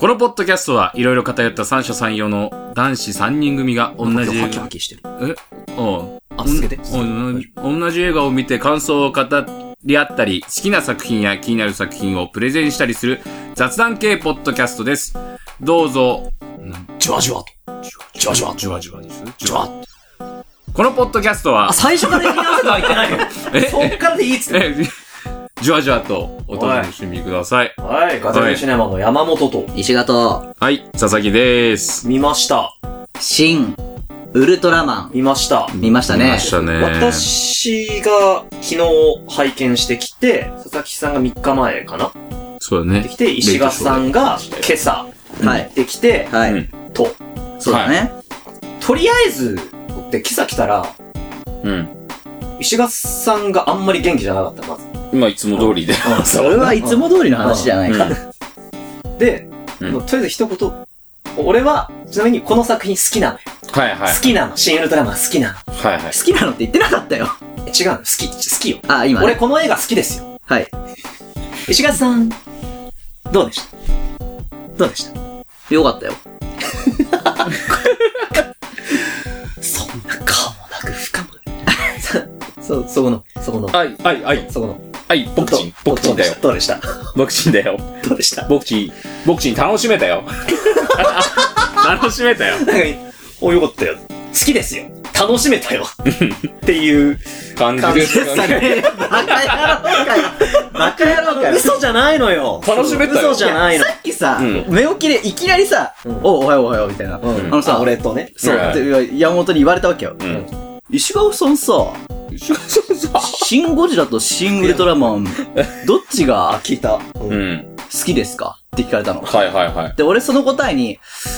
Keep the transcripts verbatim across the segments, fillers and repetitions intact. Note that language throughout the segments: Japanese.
このポッドキャストはいろいろ偏った三者三様の男子三人組が同じ映画。 ハキハキしてる。 えおう。 あ、続けて。 お同じ映画を見て感想を語り合ったり、好きな作品や気になる作品をプレゼンしたりする雑談系ポッドキャストです。どうぞ。 じわじわと。じわじわ。 じわじわにする。 じわ。 このポッドキャストは、 あ、最初から言い合わせとは言ってないよ。 えそっからでいいっつって。 じわじわとお楽しみください。 はい。ガゼルシネマの山本と。 石形。 はい。佐々木です。 見ました。 新、ウルトラマン。 見ました。 見ましたね。 見ましたね。 私が昨日拝見してきて、佐々木さんがみっかまえかなそうだね。 できて、石川さんが今朝、 はい。 できて、 はい。 と。 そうだね。 とりあえず、で、今朝来たら、 うん。 石川さんがあんまり元気じゃなかった、まず。 まあ、いつも通りで。 それはいつも通りの話じゃないか。 で、とりあえず一言、俺は、ちなみにこの作品好きなのよ。 はいはい。 好きなの。新ウルトラマン好きなの。 はいはい。 好きなのって言ってなかったよ。 違うの。好き、好きよ。 あ、今。 俺この映画好きですよ。 はい。 石川さん、どうでしたどうでしたよかったよ。 そんな顔もなく不可もそう、そこの、そこの。 はい、はい、はい。 そこの。 はい、ボクチン。ボクチンだよ。 どうでしたボクチンだよ。 どうでしたボクチン、ボクチン楽しめたよ。楽しめたよ。 なんか、お、よかったよ。好きですよ。楽しめたよ。っていう感じですよね。 バカ野郎かよ。バカ野郎かよ。 嘘じゃないのよ。 楽しめたよ。 嘘じゃないの。 さっきさ、 うん、 寝起きでいきなりさ、うん、お、おはようおはようみたいな。 うん、 あのさ、 俺とね。 そう、って山本に言われたわけよ。 うん、 石川さんさ、 石川さんさ、 シンゴジラとシンウルトラマン、どっちが聞いた。 うん。 好きですかって聞かれたの。 はいはいはい。 で、俺その答えに、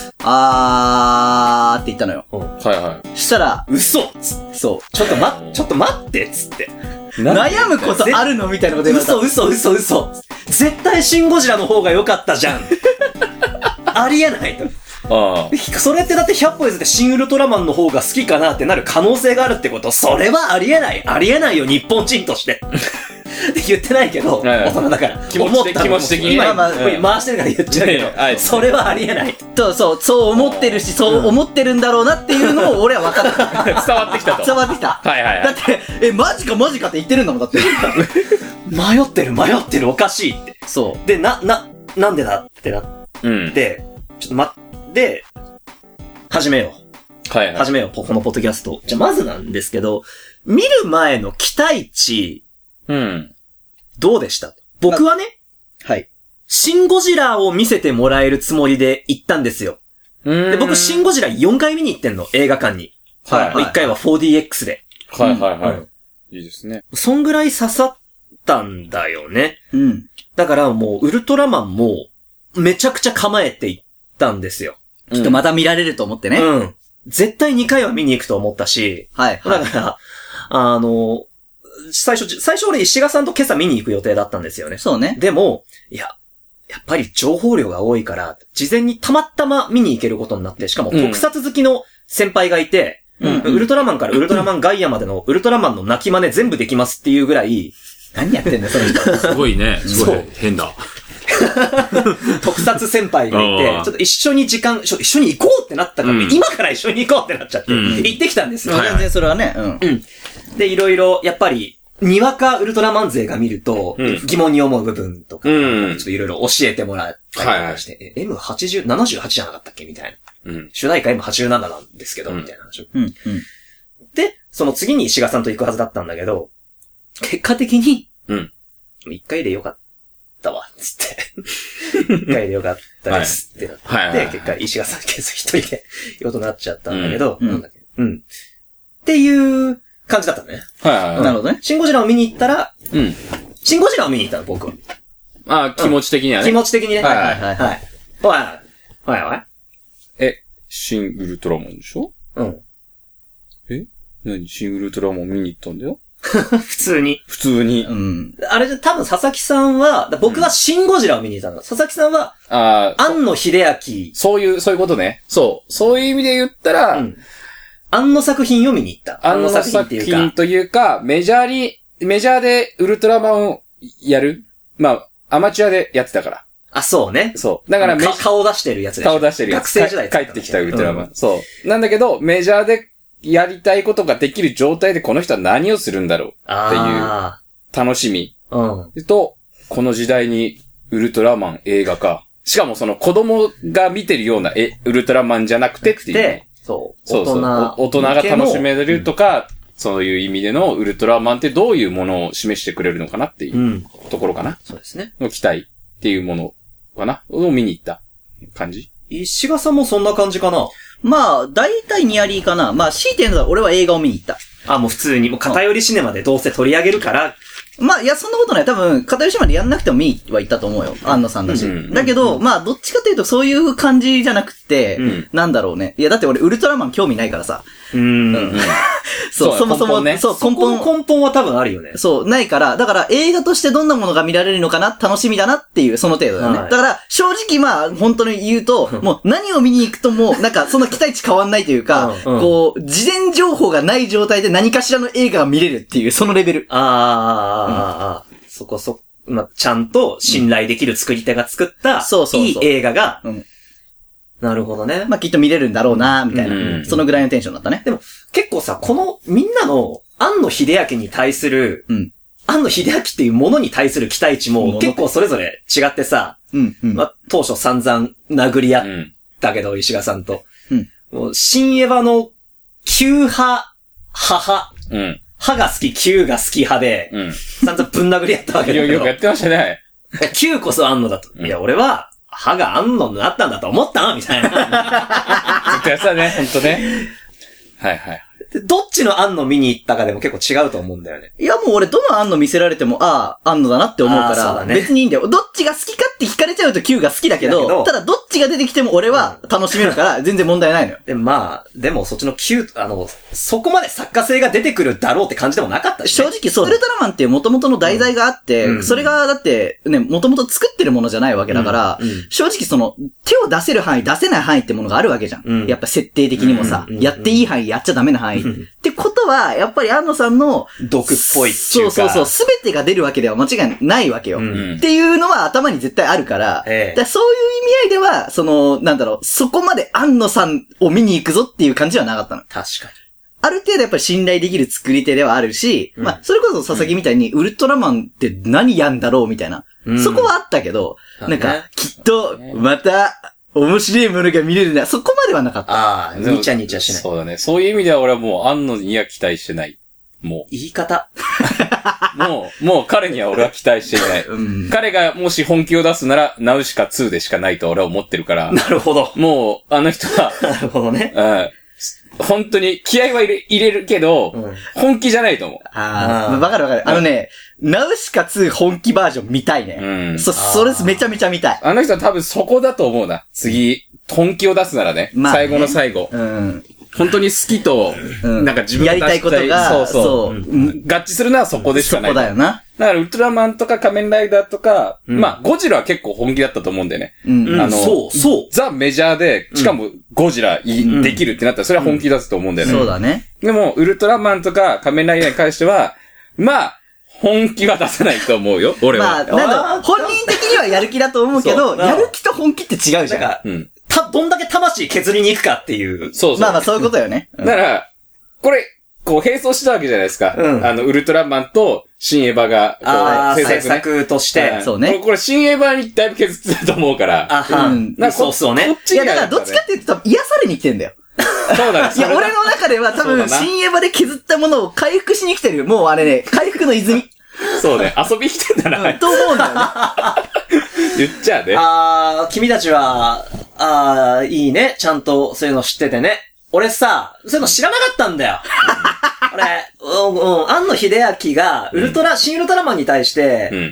あーって言ったのよ。 うん、はいはい。 したら、 嘘そう。 ちょっとま、ちょっと待ってつって。 悩むことあるのみたいなこと言われた。 嘘嘘嘘嘘。絶対シンゴジラの方が良かったじゃん。ありえないと。 ああ。 それってだってひゃっぽ譲ってシンウルトラマンの方が好きかなってなる可能性があるってこと。それはありえない。ありえないよ、日本人として。って言ってないけど、大人だから。 気持ち的、気持ち的に。 今、まあ、回してるから言っちゃうけど、それはありえない。 そうそう、そう思ってるし、そう思ってるんだろうなっていうのを俺は分かった。 伝わってきたと。 伝わってきた。 はいはいはい。 だって、え、マジかマジかって言ってるんだもん、だって。 迷ってる迷ってるおかしいって。 そう。 で、な、な、なんでだってなって、うん、ちょっと待って、始めよう。はいはい。始めよう、このポッドキャスト。じゃ、まずなんですけど、見る前の期待値、 うん。 どうでした僕はね、 はい。 シンゴジラを見せてもらえるつもりで行ったんですよ。で、僕、シンゴジラよんかい見に行ってんの、映画館に。はい。いっかいは フォーディーエックス で。 はいはいはい。うん、いいですね。 そんぐらい刺さったんだよね。 うん。 だからもう、ウルトラマンも、めちゃくちゃ構えて行ったんですよ。 きっとまた見られると思ってね。 うん。絶対にかいは見に行くと思ったし。 はい。はい、 だから、あの、最初、最初俺石川さんと今朝見に行く予定だったんですよね。 そうね。 でも、いや、やっぱり情報量が多いから、事前にたまたま見に行けることになって、しかも特撮好きの先輩がいて、うん、ウルトラマンからウルトラマンガイアまでのウルトラマンの泣き真似全部できますっていうぐらい、 何やってんだよ、その人。 すごいね。すごい。変だ。 特撮先輩がいて、ちょっと一緒に時間、一緒に行こうってなったから、うん、今から一緒に行こうってなっちゃって、うん、行ってきたんですよ。 全然それはね。うん。 うん。で、いろいろ、やっぱり、にわかウルトラマン勢が見ると、うん、疑問に思う部分とか、うん、ちょっといろいろ教えてもらったりとかして、はい、エムはちじゅう、ななじゅうはち じゃなかったっけみたいな。うん、主題歌 エムはちじゅうなな なんですけど、うん、みたいな話を、うんうん。で、その次に石川さんと行くはずだったんだけど、結果的に、うん。一回でよかったわ、つって。一回でよかったです、ってなって。はいはいはいはい、結果、石川さんケース一人でよとなっちゃったんだけど、うん、なんだっけ、うん。っていう感じだったね。 はいはいはい。 なるほどね。 シンゴジラを見に行ったら、うん。シンゴジラを見に行ったの、僕は。 ああ、気持ち的にはね。 気持ち的にね。 はいはいはい。はい。 おい、おいおい。 え、シン・ウルトラマンでしょ？ うん。 え？何？シン・ウルトラマン見に行ったんだよ。 普通に。 普通に。 うん。あれじゃ、多分佐々木さんは、僕はシンゴジラを見に行ったの。佐々木さんは、ああ。庵野秀明。 そういう、そういうことね。そう。そういう意味で言ったら、うん。 庵野作品を見に行った。 庵野作品っていうか。作品というか、メジャーに、メジャーでウルトラマンをやる？まあ、アマチュアでやってたから。 あ、そうね。 そう。だからめ顔出してるやつでしょ。 顔出してるやつ。 学生時代帰ってきたウルトラマン、うん。そう。なんだけど、メジャーでやりたいことができる状態でこの人は何をするんだろうっていう楽しみ。うん。と、この時代にウルトラマン映画化。しかもその子供が見てるようなえウルトラマンじゃなくてっていう。で、 そう。 そうそう。大人が楽しめるとか、うん、そういう意味でのウルトラマンってどういうものを示してくれるのかなっていうところかな。うん、 そうですね。 の期待っていうものかなを見に行った感じ。 石賀さんもそんな感じかな。 まあ、大体ニアリーかな。まあ、強いて言うのは俺は映画を見に行った。 あ、もう普通に、もう偏りシネマでどうせ取り上げるから、 まあ、いや、そんなことない。多分、偏りシネマでやんなくても見には行ったと思うよ。安野さんだし。うん、だけど、うん、まあ、どっちかというとそういう感じじゃなくて、うん、なんだろうね。いや、だって俺、ウルトラマン興味ないからさ。 うーん。うん、 そう、そもそも、ね、そう、 根本、根本は多分あるよね。 そう、ないから、だから映画としてどんなものが見られるのかな、楽しみだなっていう、その程度だよね。はい、だから、正直まあ、本当に言うと、もう何を見に行くとも、なんか、その期待値変わんないというか、うん、こう、事前情報がない状態で何かしらの映画が見れるっていう、そのレベル。 あー、あー、あー、そこそ、まあ、ちゃんと信頼できる作り手が作った、そうそうそう。いい映画が、うん、なるほどね。 まあ、きっと見れるんだろうな、みたいな、うん。そのぐらいのテンションだったね。 でも、結構さ、この、みんなの、庵野秀明に対する、うん、庵野秀明っていうものに対する期待値も、結構それぞれ違ってさ、うんうん、まあ、当初散々殴り合ったけど、うん、石川さんと。うん、もう新エヴァの、Q派、母、うん、歯が好き、Q が好き派で、うん、散々ぶん殴り合ったわけだけど。 よくやってましたね。 Q こそ庵野だと。うん、いや、俺は、歯が庵野になったんだと思ったみたいな。ずっとやってたね、ほんとね。はいはい。 どっちの庵野見に行ったかでも結構違うと思うんだよね。 いやもう俺どの庵野見せられても、ああ、庵野だなって思うから、ね、別にいいんだよ。どっちが好きかって聞かれちゃうと Q が好きだけど、だけどただどっちが出てきても俺は楽しめるから全然問題ないのよ。 で、まあ、でもそっちの Q、あの、そこまで作家性が出てくるだろうって感じでもなかったし、 ね、正直そう。ウルトラマンっていう元々の題材があって、うん、それがだってね、元々作ってるものじゃないわけだから、うんうん、正直その、手を出せる範囲、出せない範囲ってものがあるわけじゃん。うん、やっぱ設定的にもさ、うんうんうん、やっていい範囲、やっちゃダメな範囲。うん、ってことは、やっぱり安野さんの、 毒っぽいっていうか。 そうそうそう、すべてが出るわけでは間違いないわけよ。うん、っていうのは頭に絶対あるから、ええ、だからそういう意味合いでは、その、なんだろう、そこまで安野さんを見に行くぞっていう感じはなかったの。 確かに。 ある程度やっぱり信頼できる作り手ではあるし、うん、まあ、それこそ佐々木みたいに、ウルトラマンって何やんだろうみたいな、うん、そこはあったけど、うん、なんか、きっと、また、面白いものが見れるな。そこまではなかった。 ああ、にちゃにちゃしない。 そうだね。そういう意味では俺はもう、安野には期待してない。もう。 言い方。 もう、もう彼には俺は期待していない。うん、彼がもし本気を出すなら、ナウシカツーでしかないと俺は思ってるから。 なるほど。 もう、あの人は。 なるほどね。 うん。本当に気合は入れ、入れるけど、うん、本気じゃないと思う。 ああ、わかるわかる。あのね、ナウシカツー本気バージョン見たいね。うん。そ、それめちゃめちゃ見たい。 あの人は多分そこだと思うな。次、本気を出すならね。まあね、最後の最後。うん。本当に好きと、うん、なんか自分がやりたいことが、 そうそう。そう、うん、合致するのはそこでしかない。 そこだよな。 だからウルトラマンとか仮面ライダーとか、うん、まあゴジラは結構本気だったと思うんだよね。うん、あの、 そう、そう。 ザ・メジャーで、しかもゴジラ、うん、できるってなったらそれは本気出すと思うんだよね。 うん、そうだね。 でも、ウルトラマンとか仮面ライダーに関しては、まあ、本気は出せないと思うよ、俺は。 まあ、なんだ、本人的にはやる気だと思うけど、やる気と本気って違うじゃん。なんか、 うん。た、どんだけ魂削りに行くかっていう。 そうそう。 まあまあそういうことよね。 うん、だから、これ、こう並走したわけじゃないですか。うん。あの、ウルトラマンと新エヴァが、こう、 あ制作、ね、制作として。 そうね。 これ新エヴァにだいぶ削ってたと思うから。 あはん。うん。 なんかそうそうね。 こっち、ね、いやだからどっちかって言うと癒されに来てんだよ。 そうだね。 いや、俺の中では多分、新エヴァで削ったものを回復しに来てる。もうあれね、回復の泉。 そうね。遊びに来てんだな。 うん、と思うんだよね。 言っちゃうね。 あー、君たちは、あー、いいね。ちゃんとそういうの知っててね。俺さ、そういうの知らなかったんだよ。俺、うん、うん、庵野秀明が、ウルトラ、うん、新ウルトラマンに対して、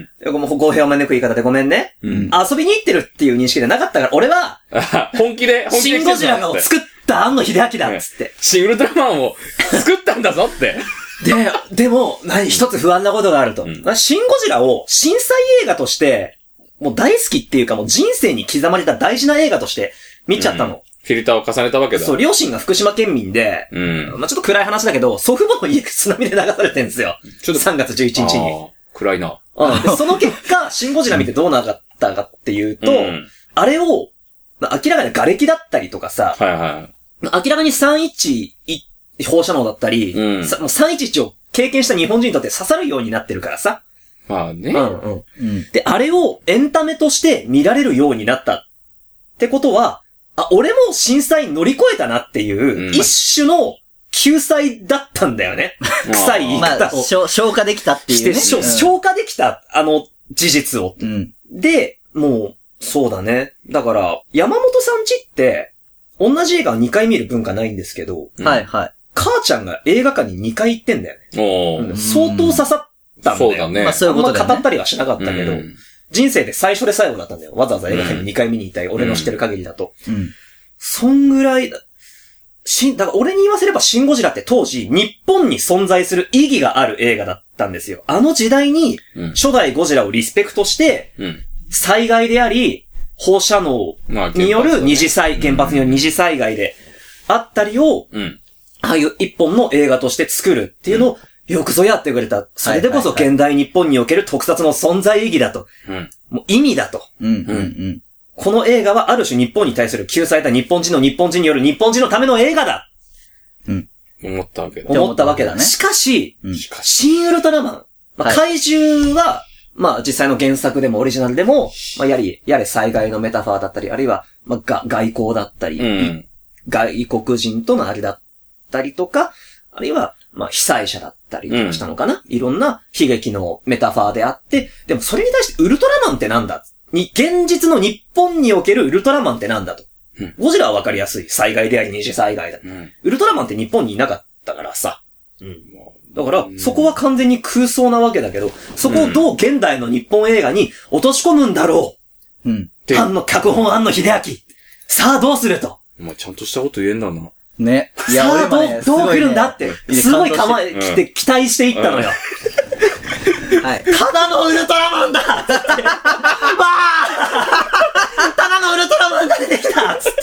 うん、もう語弊を招く言い方でごめんね、うん。遊びに行ってるっていう認識でなかったから、俺は、 本気で、本気で。 シンゴジラを作った庵野秀明だっつって。 新ウルトラマンを作ったんだぞって。 で、でも、何、一つ不安なことがあると。うん、シンゴジラを震災映画として、もう大好きっていうかもう人生に刻まれた大事な映画として見ちゃったの。うん、 フィルターを重ねたわけだ。 そう、両親が福島県民で、うん、まあちょっと暗い話だけど、祖父母の家が津波で流されてるんですよ。ちょっとさんがつじゅういちにちに。 暗いな。 うん。で、その結果、シンゴジラ見てどうなかっったかっていうと、うん、あれを、まあ、明らかに瓦礫だったりとかさ、はいはい、明らかにさんいちいち放射能だったり、うん、さもうさんいちいちを経験した日本人にとって刺さるようになってるからさ。 まあね。 うんうんうん。で、あれをエンタメとして見られるようになったってことは、あ、俺も震災乗り越えたなっていう、うん、一種の救済だったんだよね。臭い言い方を。まあ、 消化できたっていうね。 して、うん、消化できた、あの、事実を。うん、で、もう、そうだね。だから、山本さんちって、同じ映画をにかい見る文化ないんですけど、 うん、はいはい。 母ちゃんが映画館ににかい行ってんだよね。お相当刺さったんだよ。 そうだね。 まあそういうことだよね。あんま語ったりはしなかったけど、うん、人生で最初で最後だったんだよ。わざわざ映画館ににかい見に行ったい、うん、俺の知ってる限りだと。うん。そんぐらいだ、し、だから俺に言わせればシンゴジラって当時、日本に存在する意義がある映画だったんですよ。あの時代に、初代ゴジラをリスペクトして、うん、災害であり、放射能による二次災、原発による二次災害であったりを、うん、ああいう一本の映画として作るっていうのを、よくぞやってくれた。それでこそ現代日本における特撮の存在意義だと。うん、もう意味だと。うんうんうん、この映画はある種日本に対する救済だ。日本人の日本人による日本人のための映画だ。 うん。思ったわけだ。 思ったわけだね。しかし、うん、シン・ウルトラマン。まあ、怪獣は、はい、まあ実際の原作でもオリジナルでも、まあやり、やれ災害のメタファーだったり、あるいは、まあが外交だったり、うん、外国人とのあれだったりとか、あるいは、まあ被災者だったりとかしたのかな、うん、いろんな悲劇のメタファーであって、でもそれに対してウルトラマンってなんだに、現実の日本におけるウルトラマンってなんだと。うん、ゴジラはわかりやすい。災害であり二次災害だ、うん。ウルトラマンって日本にいなかったからさ。うん、だから、そこは完全に空想なわけだけど、そこをどう現代の日本映画に落とし込むんだろう。うん。庵野、脚本庵野秀明。さあどうすると。 まあ、ちゃんとしたこと言えんだな。 ね。 いや、さあどう、ね、どう来るんだって、すごい構え、来て、期待していったのよ。はい。ただのウルトラマンだつって。わーただのウルトラマンが出てきたつって。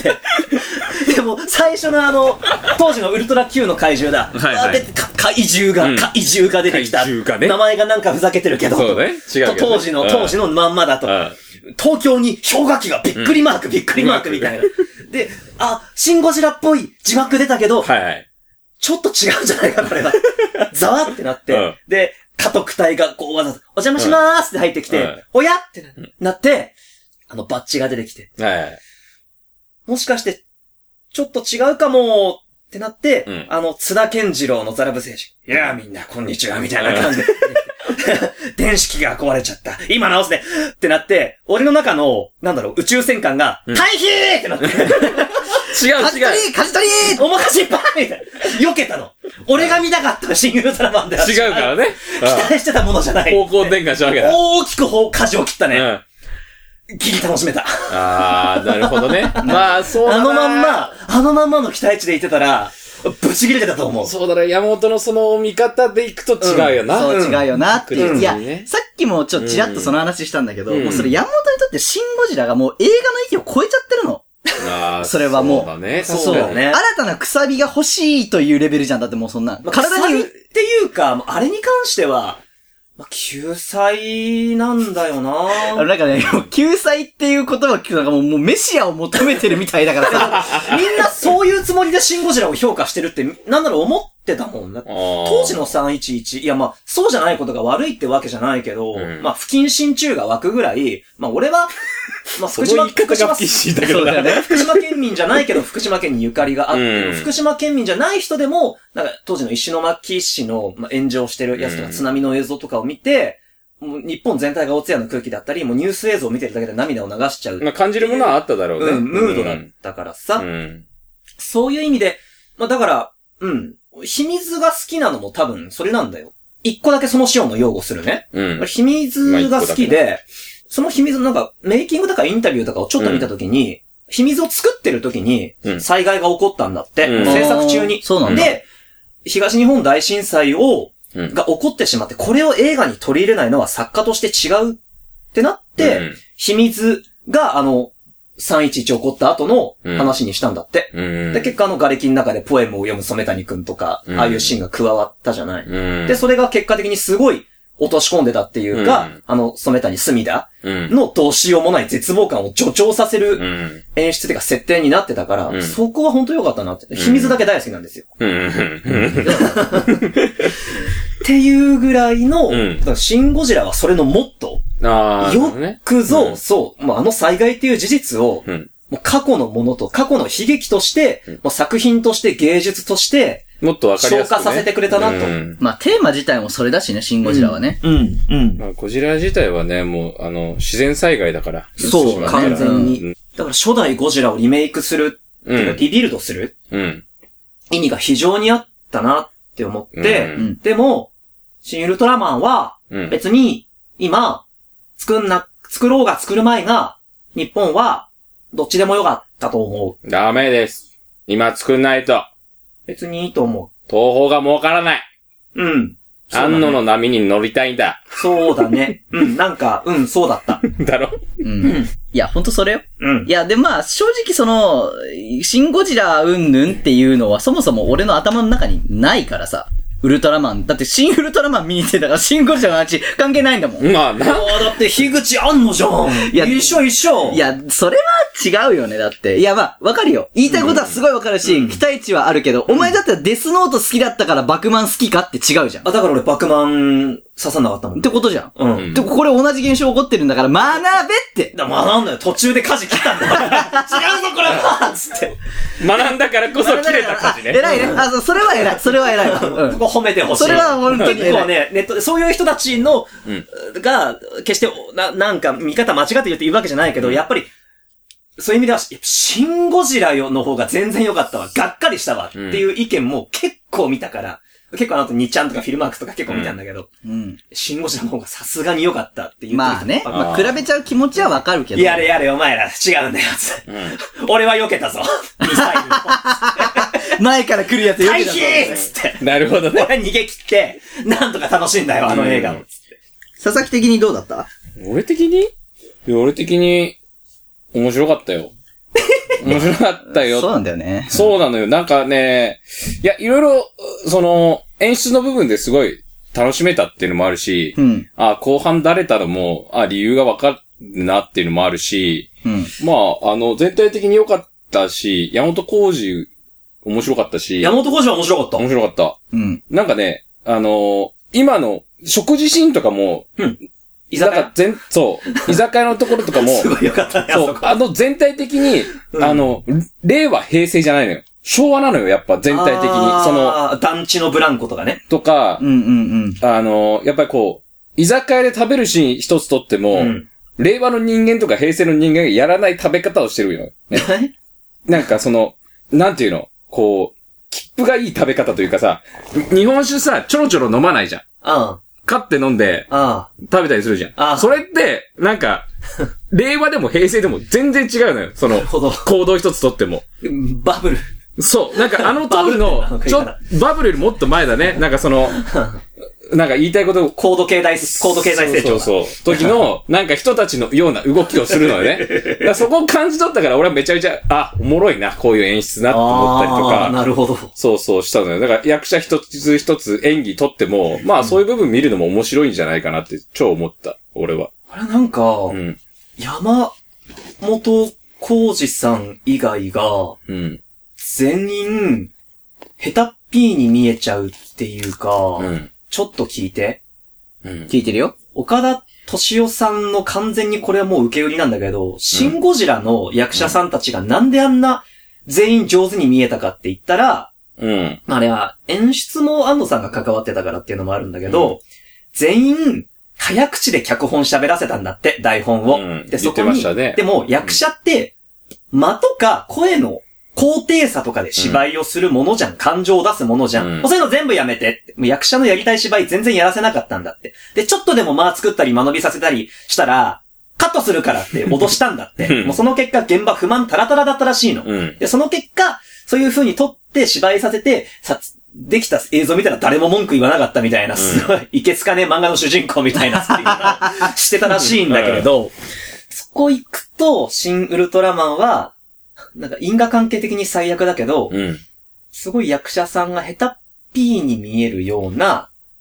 でも、最初のあの、当時のウルトラ Q の怪獣だ。はいはい、で怪獣が、うん、怪獣が出てきた。怪獣がね。名前がなんかふざけてるけど。 そうね。違うけど、ね。 当時の、当時のまんまだと。東京に氷河期がびっくりマーク、うん、びっくりマークみたいな。で、あ、シンゴジラっぽい字幕出たけど、はいはい、ちょっと違うんじゃないか、これは。ざわってなって、うん、で、家督隊がこうわざと、お邪魔しまーすって入ってきて、うん、おやってなって、あのバッジが出てきて、はい、もしかして、ちょっと違うかもってなって、うん、あの、津田健次郎のザラブ星人、いやーみんなこんにちはみたいな感じで、電子機が壊れちゃった。今直すねってなって、俺の中の、なんだろう、宇宙戦艦が、退避ってなって。違う違う。 舵取り舵取りおまかしっぱいみたいな。避けたの。俺が見たかったシン・ウルトラマンだよ。 違うからね。 期待してたものじゃない。 方向転換したわけだ。 大きく舵を切ったね。うん。ギリ楽しめた。 あー、なるほどね。まあ、そうだな。 あのまんま、あのまんまの期待値で言ってたら、ぶち切れてたと思う。 そうだね。山本のその見方でいくと違うよな。 うん、そう違うよなっていう。うん、いや、さっきもちょっとちらっとその話したんだけど、うん、もうそれ山本にとってシンゴジラがもう映画の域を超えちゃってるの。あそれはもう。そうだね。 そうだね。新たなくさびが欲しいというレベルじゃん。だってもうそんな。 まあ、体に。っていうか、あれに関しては、まあ、救済なんだよなあのなんかね、救済っていう言葉を聞くのがもう、もうメシアを求めてるみたいだからさ。 みんなそういうつもりでシンゴジラを評価してるって、なんだろう思ってたもんな。当時のさんいちいち、いやまあ、そうじゃないことが悪いってわけじゃないけど、うん、まあ、不謹慎中が湧くぐらい、まあ俺は、まあ福島、福島、そうだよね。福島県民じゃないけど、福島県にゆかりがあって、うん、福島県民じゃない人でも、なんか当時の石巻市の、まあ、炎上してるやつとか、津波の映像とかを見て、もう日本全体がお通夜の空気だったり、もうニュース映像を見てるだけで涙を流しちゃう。 まあ感じるものはあっただろうね。 うん、ムードだったからさ。うん、そういう意味で、まあだから、うん。秘密が好きなのも多分それなんだよ。一個だけそのシオンの擁護するね。うん。秘密が好きで、その秘密のなんか、メイキングとかインタビューとかをちょっと見たときに、うん、秘密を作ってるときに、災害が起こったんだって。うん、制作中に。 そうなんだ。 で、東日本大震災を、うん、が起こってしまって、これを映画に取り入れないのは作家として違うってなって、うん、秘密があの、さんいちいち起こった後の話にしたんだって。うん、で、結果あの瓦礫の中でポエムを読む染谷くんとか、うん、ああいうシーンが加わったじゃない。うん、で、それが結果的にすごい落とし込んでたっていうか、うん、あの、染谷隅田のどうしようもない絶望感を助長させる演出っていうか設定になってたから、うん、そこは本当良かったなって。秘密だけ大好きなんですよ。うん、っていうぐらいの、うん、だからシン・ゴジラはそれのもっと、あよくぞ、ね、そう、もうあの災害っていう事実を、うん、もう過去のものと、過去の悲劇として、うん、もう作品として芸術として、 もっとわかりやすく、ね、 消化させてくれたなと。うん、 まあ、テーマ自体もそれだしね、シン・ゴジラはね。 うん。うん。 まあ、ゴジラ自体はね、もう、あの、自然災害だから。 そう、完全に、うん。だから初代ゴジラをリメイクする、っていうか、リビルドする、うん、意味が非常にあったなって思って、うん、でも、シン・ウルトラマンは、別に、今、作んな、作ろうが作る前が、日本は、どっちでもよかったと思う。 ダメです。今作んないと。 別にいいと思う。 東宝が儲からない。 うん。 安野の波に乗りたいんだ。 そうだね。うん、なんか、うん、そうだった。 だろうん。いや、ほんとそれよ。うん。いや、で、まあ、正直その、シン・ゴジラうんぬんっていうのはそもそも俺の頭の中にないからさ。ウルトラマン。だって、シン・ウルトラマン見に行ってたから、シン・ゴジラの話関係ないんだもん。 まあな。だって、樋口あんのじゃん。いや、一緒一緒。 いや、それは違うよね、だって。いや、まあ、わかるよ。言いたいことはすごいわかるし、うん、期待値はあるけど、うん、お前だったらデスノート好きだったからバクマン好きかって違うじゃん。 あ、だから俺バクマン刺さんなかったもん。 ってことじゃん。 うん。 で、これ同じ現象起こってるんだから、学べって。 だ学んだよ。途中で舵切ったんだよ。違うぞ、これはつって。 学んだからこそ切れた舵ね。 偉いね。あ、それは偉い。それは偉いわ。 うん。ここ褒めてほしい。 それは本当に結構ね、ネットで、そういう人たちの、うん、が、決して、な、なんか、見方間違って言って言うわけじゃないけど、うん、やっぱり、そういう意味では、シン・ゴジラの方が全然良かったわ。がっかりしたわ。っていう意見も結構見たから、結構あの後にちゃんとかフィルマークスとか結構見たんだけど、うん。シン・ゴジラの方がさすがに良かったっていう。 まあね。まあ比べちゃう気持ちはわかるけど。 やれやれお前ら違うんだよ。うん、俺は避けたぞ。ミサイルの。 前から来るやつ避けたぞ。 退避っつって。 なるほどね。 俺逃げ切って、なんとか楽しいんだよ、あの映画を。つって。 佐々木的にどうだった？ 俺的に？俺的に、面白かったよ。面白かったよ。 そうなんだよね。 そうなのよ。なんかね、いや、いろいろ、その、演出の部分ですごい楽しめたっていうのもあるし、うん、あ、後半だれたらもう、あ、理由がわかるなっていうのもあるし、うん、まあ、あの、全体的に良かったし、山本浩二、面白かったし。 山本浩二は面白かった。 面白かった。うん。なんかね、あの、今の食事シーンとかも、うん。居酒屋全、そう。居酒屋のところとかも。 すごいよかったね。 そう。あの全体的に、うん、あの、令和平成じゃないのよ。昭和なのよ、やっぱ全体的に。その、 団地のブランコとかね。 とか、うんうんうん。あの、やっぱりこう、居酒屋で食べるシーン一つとっても、うん、令和の人間とか平成の人間がやらない食べ方をしてるよ。ね。なんかその、なんていうの、こう、切符がいい食べ方というかさ、日本酒さ、ちょろちょろ飲まないじゃん。 ああ。 買って飲んで、 ああ食べたりするじゃん。ああそれって、なんか、令和でも平成でも全然違うのよ。その、行動一つとっても。 バブル。 そう。なんかあの当時の、ちょ、バブルよりもっと前だね。なんかその、なんか言いたいこと、 高度経済、高度経済成長。 そうそう。時の、なんか人たちのような動きをするのよね。だからそこを感じ取ったから俺はめちゃめちゃ、あ、おもろいな、こういう演出なって思ったりとか。 なるほど。 そうそうしたのよ。だから役者一つ一つ演技取っても、まあそういう部分見るのも面白いんじゃないかなって超思った、俺は。 あれなんか、うん、山本浩二さん以外が、うん、全員、ヘタッピーに見えちゃうっていうか、うんちょっと聞いて。 うん。聞いてるよ。 岡田敏夫さんの完全にこれはもう受け売りなんだけど、うん、シン・ゴジラの役者さんたちがなんであんな全員上手に見えたかって言ったら、うん。あれは演出も安野さんが関わってたからっていうのもあるんだけど、うん、全員早口で脚本喋らせたんだって、台本を。うん、で、そこに、ね、でも役者って、間とか声の高低差とかで芝居をするものじゃん。うん、感情を出すものじゃん。うん、そういうの全部やめてって。もう役者のやりたい芝居全然やらせなかったんだって。で、ちょっとでも間作ったり間延びさせたりしたら、カットするからって脅したんだって。もうその結果現場不満タラタラだったらしいの。うん、で、その結果、そういう風に撮って芝居させて、さ、できた映像見たら誰も文句言わなかったみたいな、すごい、いけつかねえ漫画の主人公みたいな作り方してたらしいんだけれど、そこ行くと、シン・ウルトラマンは、なんか因果関係的に最悪だけど、うん、すごい役者さんがヘタッピーに見えるような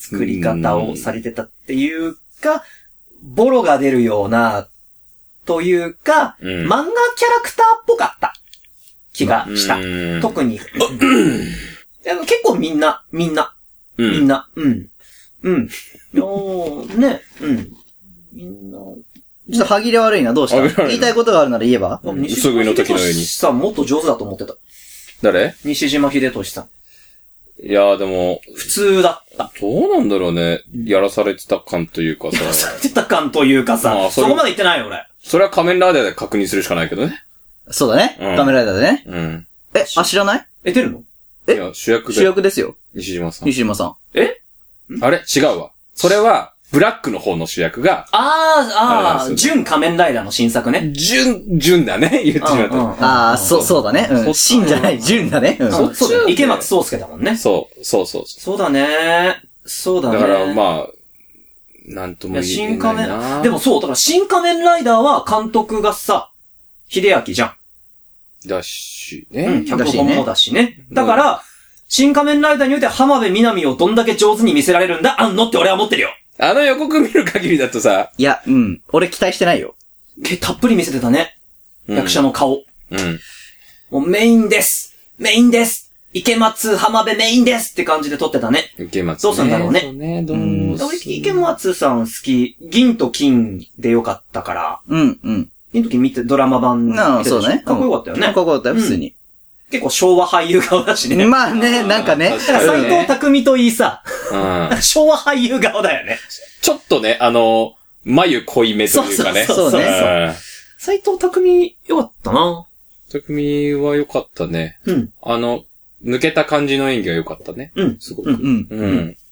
作り方をされてたっていうか、ボロが出るような、というか、うん、漫画キャラクターっぽかった気がした。特に。でも結構みんな、みんな、うん、みんな、うん。うん。おー、ね、うん。みんな。 ちょっと歯切れ悪いな、どうした言いたいことがあるなら言えばすぐの時のように。 さ、もっと上手だと思ってた。 誰？ 西島秀俊さん。 いやーでも、 普通だった。 どうなんだろうね。やらされてた感というかさ。 やらされてた感というかさ、まあ、そ, そこまで言ってないよ、俺。 それは仮面ライダーで確認するしかないけどね。 そうだね。うん、仮面ライダーでね。 うん。 え、あ、知らないえ、出るの？ えいや、主役で。 主役ですよ。 西島さん。 西島さん。 え？ あれ違うわ。それは、ブラックの方の主役が。 ああ、ああ、純仮面ライダーの新作ね。 純、純だね、言ってしまった。 ああ、そう、そうだね。うん。真じゃない、純だね。うん。 そうそうだね。池松壮介だもんね。 そう、そうそう。 そうだね。そうだね。 だからまあ、なんとも言えないな。新仮面、 でもそう、だから新仮面ライダーは監督がさ、秀明じゃん。 だしね。 うん、脚本もだしね。だから、新仮面ライダーにおいて浜辺美波をどんだけ上手に見せられるんだ、あんのって俺は思ってるよ。 あの予告見る限りだとさ。 いや、うん。俺期待してないよ。 け、たっぷり見せてたね。うん、役者の顔。 うん。 もうメインです。メインです。池松浜辺メインですって感じで撮ってたね。 池松、 ね。どうすんだろうね。 そうね、どう俺、池松さん好き。銀と金でよかったから。 うん、うん。 銀と金見てドラマ版見てああ、そうね。 かっこよかったよね。 かっこよかったよ、普通に。うん結構昭和俳優顔だしね。 まあね、なんかね。だから斎藤匠といいさ、うん、昭和俳優顔だよね。 ちょっとね、あの、眉濃い目というかね。 そうそうそうね。 斎藤匠よかったな。 匠はよかったね。 うん。 あの、抜けた感じの演技がよかったね。 うん。 すごく。 うん。 うん。うん、 だから、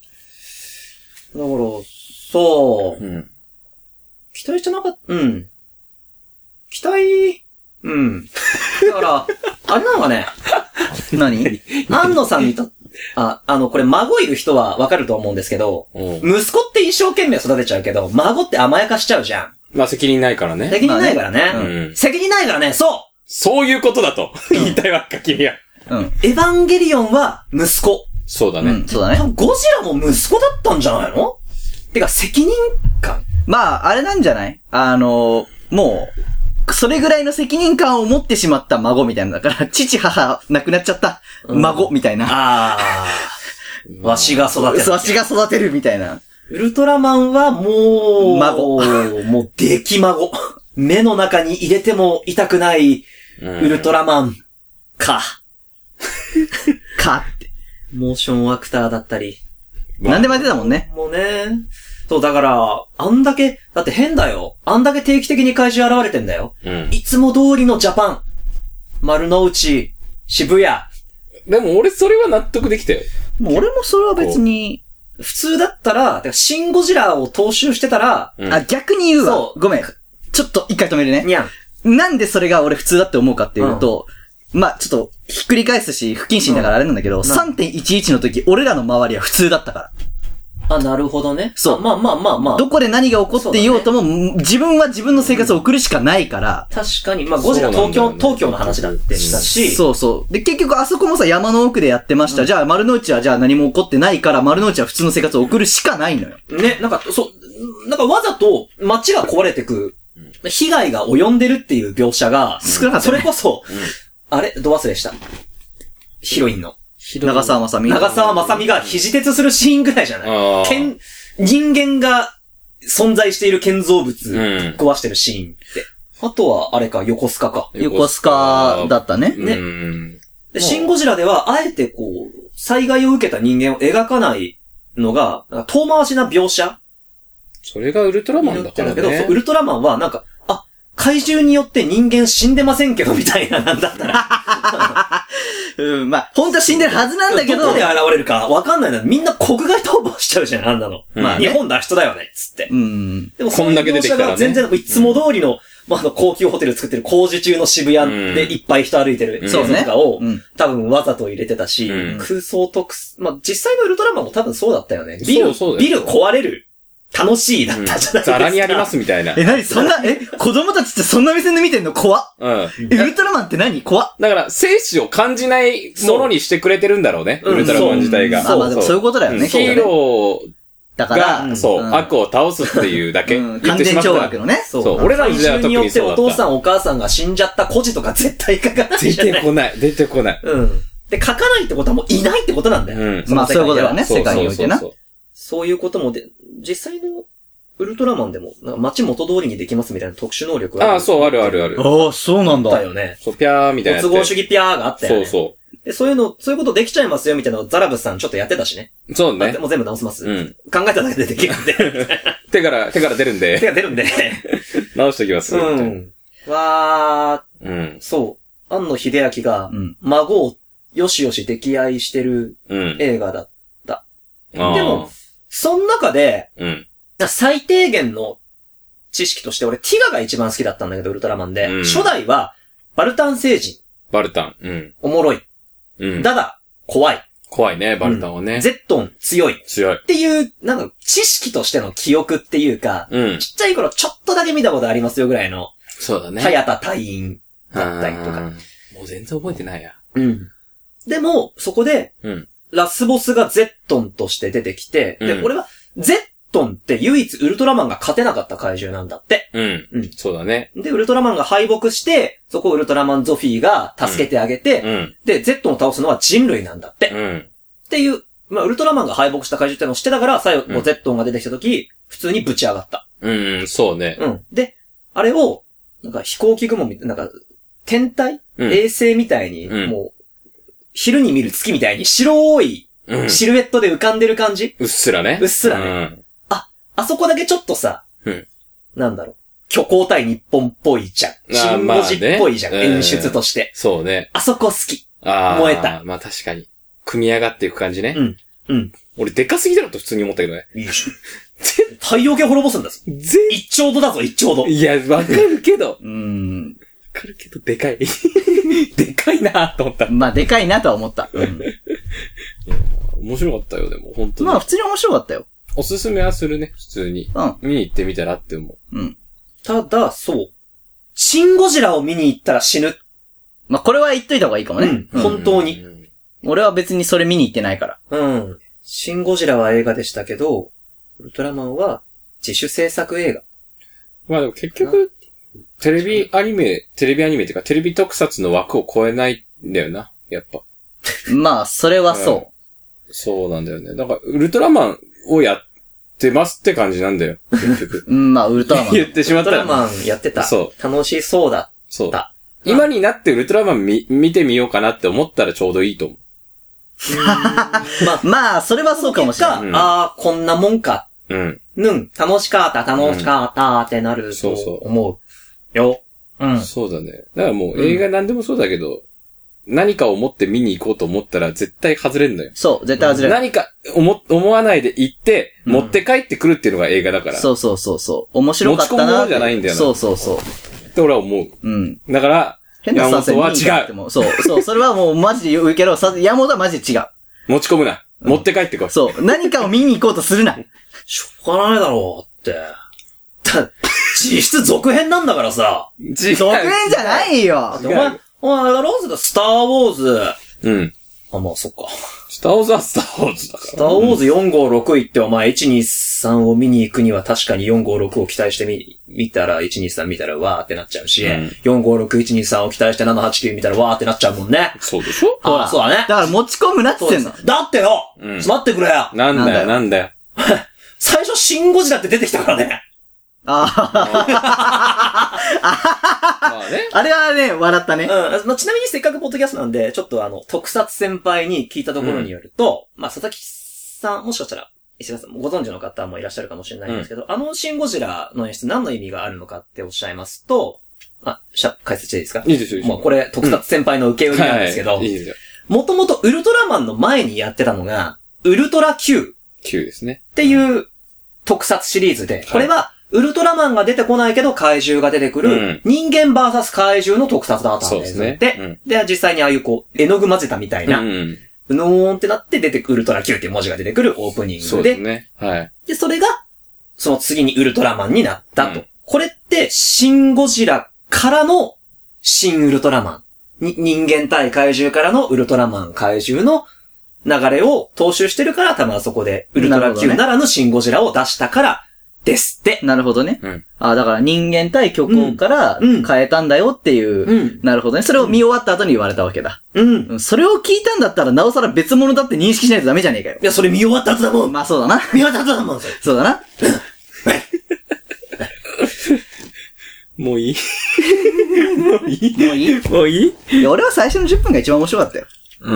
そう。 うん。 期待してなかった。うん。期待、うん。だから、あれなのかね。 何？ 安野さんにと、あ、あの、これ孫いる人はわかると思うんですけど、息子って一生懸命育てちゃうけど、孫って甘やかしちゃうじゃん。 まあ責任ないからね。 責任ないからね。 まあねうん、 責任ないからね、そうそういうことだと。言いたいわけ、君は。 うん。 エヴァンゲリオンは息子。 そうだね。 うん、そうだね。 ゴジラも息子だったんじゃないの？てか、責任感。 まあ、あれなんじゃない？あの、もう、それぐらいの責任感を持ってしまった孫みたいな。だから、父、母、亡くなっちゃった孫みたいな。うん、 ああ。わしが育てる。 わしが育てるみたいな。 ウルトラマンはもう、 孫。 もう、出来孫。目の中に入れても痛くない、ウルトラマン。か。 かって。 モーションアクターだったり。 なんでもやってたもんね。 もうね。そう、だから、あんだけ、だって変だよ。あんだけ定期的に怪獣現れてんだよ。 うん、 いつも通りのジャパン。丸の内、渋谷。 でも俺それは納得できたよ。 もう俺もそれは別に。 普通だったら、シンゴジラを踏襲してたら、 うん、あ、逆に言うわ。そう。ごめん。ちょっと一回止めるね。 にゃん。なんでそれが俺普通だって思うかっていうと、うん、まあちょっとひっくり返すし、不謹慎だからあれなんだけど、うん、さんてんいちいち の時、俺らの周りは普通だったから。 あ、なるほどね。 そう。 まあまあまあまあ。 どこで何が起こっていようとも、ね、自分は自分の生活を送るしかないから。 確かに。まあ、ゴジラ東京、ね、東京の話だってしたし。 そうそう。で、結局あそこもさ、山の奥でやってました。うん、じゃあ、丸の内はじゃあ何も起こってないから、丸の内は普通の生活を送るしかないのよ。 ね、なんか、そう、なんかわざと街が壊れてく、被害が及んでるっていう描写が、 少なかった、ね。 それこそ、うん、あれ、ど忘れした。ヒロインの。 長澤まさみ。 長澤まさみが肘鉄するシーンぐらいじゃない？剣、人間が存在している建造物壊してるシーンって。うん、あとは、あれか、横須賀か。 横須賀だったね。 ね。うん、で、シンゴジラでは、あえてこう、災害を受けた人間を描かないのが、遠回しな描写。 それがウルトラマンだからね。 だけど、そうウルトラマンはなんか、あ、怪獣によって人間死んでませんけど、みたいな、なんだったら。 うん、まあ、本当は死んでるはずなんだけど。 どこで現れるかわかんないな。みんな国外逃亡しちゃうじゃん、あんなの。うん、まあ、ね、日本脱出だよね、つって。 うん。 でも、こんだけ出てきたら、ね。全然、いつも通りの、まあ、あの、高級ホテル作ってる工事中の渋谷でいっぱい人歩いてる映像とかを、うん、多分わざと入れてたし、うん、空想特、まあ、実際のウルトラマンも多分そうだったよね。ビル、ビル壊れる。楽しいだったじゃないですか。 ザラにありますみたいな。 え、なにそんな、え、子供たちってそんな目線で見てんの怖っ。うん。え、ウルトラマンって何怖っ。 だから、生死を感じないものにしてくれてるんだろうね。ウルトラマン自体が。 まあまあでもそういうことだよね。 ヒーローだから、 が、そう、うん、悪を倒すっていうだけ。うん、 完全懲悪のね。 そう。そう、俺らの時代は特にそうだった。 によってお父さんお母さんが死んじゃった孤児とか絶対書かないじゃない。 出てこない、出てこない。 うん。で、書かないってことはもういないってことなんだよ。 うん。まあそういうことだよね、世界においてな。 そうそうそうそう。そういうこともで、実際のウルトラマンでも、なんか街元通りにできますみたいな特殊能力がある。 ああ、そう、あるあるある。 ああ、そうなんだ。 だよね。 そう、ピャーみたいな。 都合主義ピャーがあったよね。 そうそう。 で、そういうの、そういうことできちゃいますよみたいなのをザラブスさんちょっとやってたしね。 そうね。 もう全部直せます。 うん。 考えただけでできるんで。 手から、手から出るんで。 手が出るんで。 直しておきます。 うん。わー。 うん。 そう。庵野秀明が、孫をよしよし溺愛してる映画だった。うん、でも、その中で、うん、最低限の知識として俺、ティガが一番好きだったんだけど、ウルトラマンで。うん、初代は、バルタン星人。 バルタン。うん。 おもろい。うん。だが、怖い。 怖いね、バルタンはね。 うん、ゼットン強い。 強い。 っていう、なんか、知識としての記憶っていうか、うん、ちっちゃい頃ちょっとだけ見たことありますよぐらいの。 そうだね。 早田隊員だったりとか。 もう全然覚えてないや。 うん。でも、そこで、うん、ラスボスがゼットンとして出てきて、うん、で、俺は、ゼットンって唯一ウルトラマンが勝てなかった怪獣なんだって。 うん。うん。そうだね。 で、ウルトラマンが敗北して、そこをウルトラマンゾフィーが助けてあげて、うん、で、ゼットンを倒すのは人類なんだって。うん。っていう、まあ、ウルトラマンが敗北した怪獣ってのを知ってたから、最後、うん、ゼットンが出てきた時、普通にぶち上がった。 うん、そうね。 うん。で、あれを、なんか飛行機雲みたいな、なんか、天体、うん、衛星みたいに、うん、もう、昼に見る月みたいに白いシルエットで浮かんでる感じ、 うん、うっすらね。 うっすらね。うん、あ、あそこだけちょっとさ、うん、なんだろう。虚構対日本っぽいじゃん。シンゴジっぽいじゃん、まあね、演出として、 うん。そうね。 あそこ好き。 あ燃えた。 まあ確かに。組み上がっていく感じね。 うん。うん。 俺でかすぎだろと普通に思ったけどね。 いいでしょ。太陽系滅ぼすんだぞ。一丁度だぞ、一丁度。 いや、わかるけど。 うーん。 わかるけど、でかい。でかいなと思った。 まあ、でかいなとは思った。うん。 面白かったよ、でも、本当に。 まあ、普通に面白かったよ。 おすすめはするね、普通に。うん。見に行ってみたらって思う。うん。 ただ、そう。シンゴジラを見に行ったら死ぬ。 まあ、これは言っといた方がいいかもね。 うん。本当に。 俺は別にそれ見に行ってないから。 うん。シンゴジラは映画でしたけど、ウルトラマンは自主制作映画。 まあでも結局、テレビアニメ、テレビアニメっていうかテレビ特撮の枠を超えないんだよな、やっぱ。 まあ、それはそう、 うん。そうなんだよね。だから、ウルトラマンをやってますって感じなんだよ、結局。 うん、まあ、ウルトラマン。 言ってしまったら。 ウルトラマンやってた。そう。楽しそうだった。 そう。今になってウルトラマン見、見てみようかなって思ったらちょうどいいと思う。 まあ、まあ、それはそうかもしれない。 うん、ああ、こんなもんか。 うん。 うん。楽しかった、楽しかったってなると思うよ。 うん。そうだね。だからもう映画なんでもそうだけど、うん、何かを持って見に行こうと思ったら絶対外れんのよ。 そう、絶対外れる。 何か思、思わないで行って、持って帰ってくるっていうのが映画だから。 そうそうそうそう。面白かったな。 持ち込むものじゃないんだよな。 そうそうそう。 って俺は思う。 うん。 だから、 変な山本は違う。 そう、そう、それはもうマジで言うけど、山本はマジで違う。 持ち込むな。持って帰ってこい。 そう。何かを見に行こうとするな。 しょうがないだろうって。実質続編なんだからさ。 続編じゃないよ。 お前、お前、ローズだ、スターウォーズ。 うん。 あ、まあ、そっか。 スターウォーズはスターウォーズだから。 スターウォーズよんごろく行って、お前、いちにさんを見に行くには確かによんごろくを期待してみ、見たら、いちにさん見たら、わーってなっちゃうし、うん、よんごろく、いちにさんを期待してななはちきゅう見たら、わーってなっちゃうもんね。 そうでしょ？ ああ、そうだね。 だから持ち込むなって言ってんの。 だってよ、うん、待ってくれよ。 なんだよ、なんだよ。 最初、シンゴジラって出てきたからね。 ああ。まあね。あれはね、笑ったね。 うん。まあ、ちなみにせっかくポッドキャストなんで、ちょっとあの、特撮先輩に聞いたところによると、うん、まあ、佐々木さん、もしかしたら、石川さんご存知の方もいらっしゃるかもしれないんですけど、うん、あのシンゴジラの演出何の意味があるのかっておっしゃいますと、あ、しゃ、解説していいですか？ いいですよ。 もうこれ、特撮先輩の受け売りなんですけど、 うんはい、いいですよ。 もともとウルトラマンの前にやってたのが、ウルトラ Q。 Q ですね。 っていう特撮シリーズで、これは、ウルトラマンが出てこないけど怪獣が出てくる、人間バーサス怪獣の特撮だったんです。そうですね。で、うん、で、実際にああいうこう、絵の具混ぜたみたいな、うん、うのーんってなって出てくるウルトラ Q っていう文字が出てくるオープニングで、そうですね。はい。で、それが、その次にウルトラマンになったと。うん、これって、シンゴジラからの、シンウルトラマン。に、人間対怪獣からのウルトラマン怪獣の、 流れを踏襲してるから、多分あそこで、ウルトラ Q ならぬシンゴジラを出したから、ですって。 なるほどね。うん、あだから人間対虚構から変えたんだよっていう、うん。なるほどね。それを見終わった後に言われたわけだ。うん。それを聞いたんだったら、なおさら別物だって認識しないとダメじゃねえかよ。 いや、それ見終わった後だもん。 まあそうだな。 見終わった後だもん、それ。 そうだな。 もういいもういいもういいもういいいや、俺は最初のじゅっぷんが一番面白かったよ。 うん。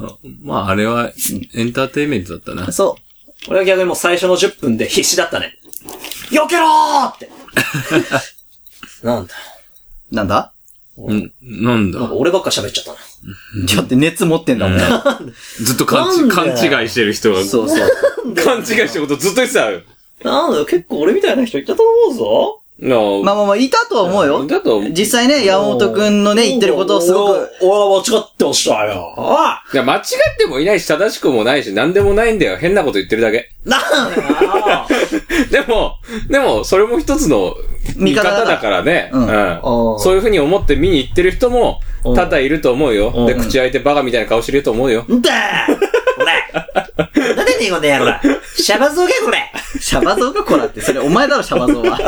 まあ、あれは、エンターテインメントだったな。 そう。 俺は逆にもう最初のじゅっぷんで必死だったね。避けろーって。なんだなんだんなんだなんか俺ばっか喋っちゃったな。 ちょっと熱持ってんだもん。 ずっと勘勘違いしてる人が。 そうそう。 勘違いしてることずっと言ってたよ。 なんだよ、結構俺みたいな人いたと思うぞ。 No. まあまあまあ、いたとは思うよ。いたと思う。実際ね、山本くんのね、言ってることをすごく。 俺は間違ってましたよ。 いや、間違ってもいないし、正しくもないし、なんでもないんだよ。変なこと言ってるだけ。 なんだでも、でも、それも一つの見方だからね。うん。うん、そういうふうに思って見に行ってる人も、多々いると思うよ。で、口開いてバカみたいな顔してると思うよ。 んだーこれなんでねえこの野郎シャバゾウかこれシャバゾウかこらって、それお前だろ、シャバゾウは。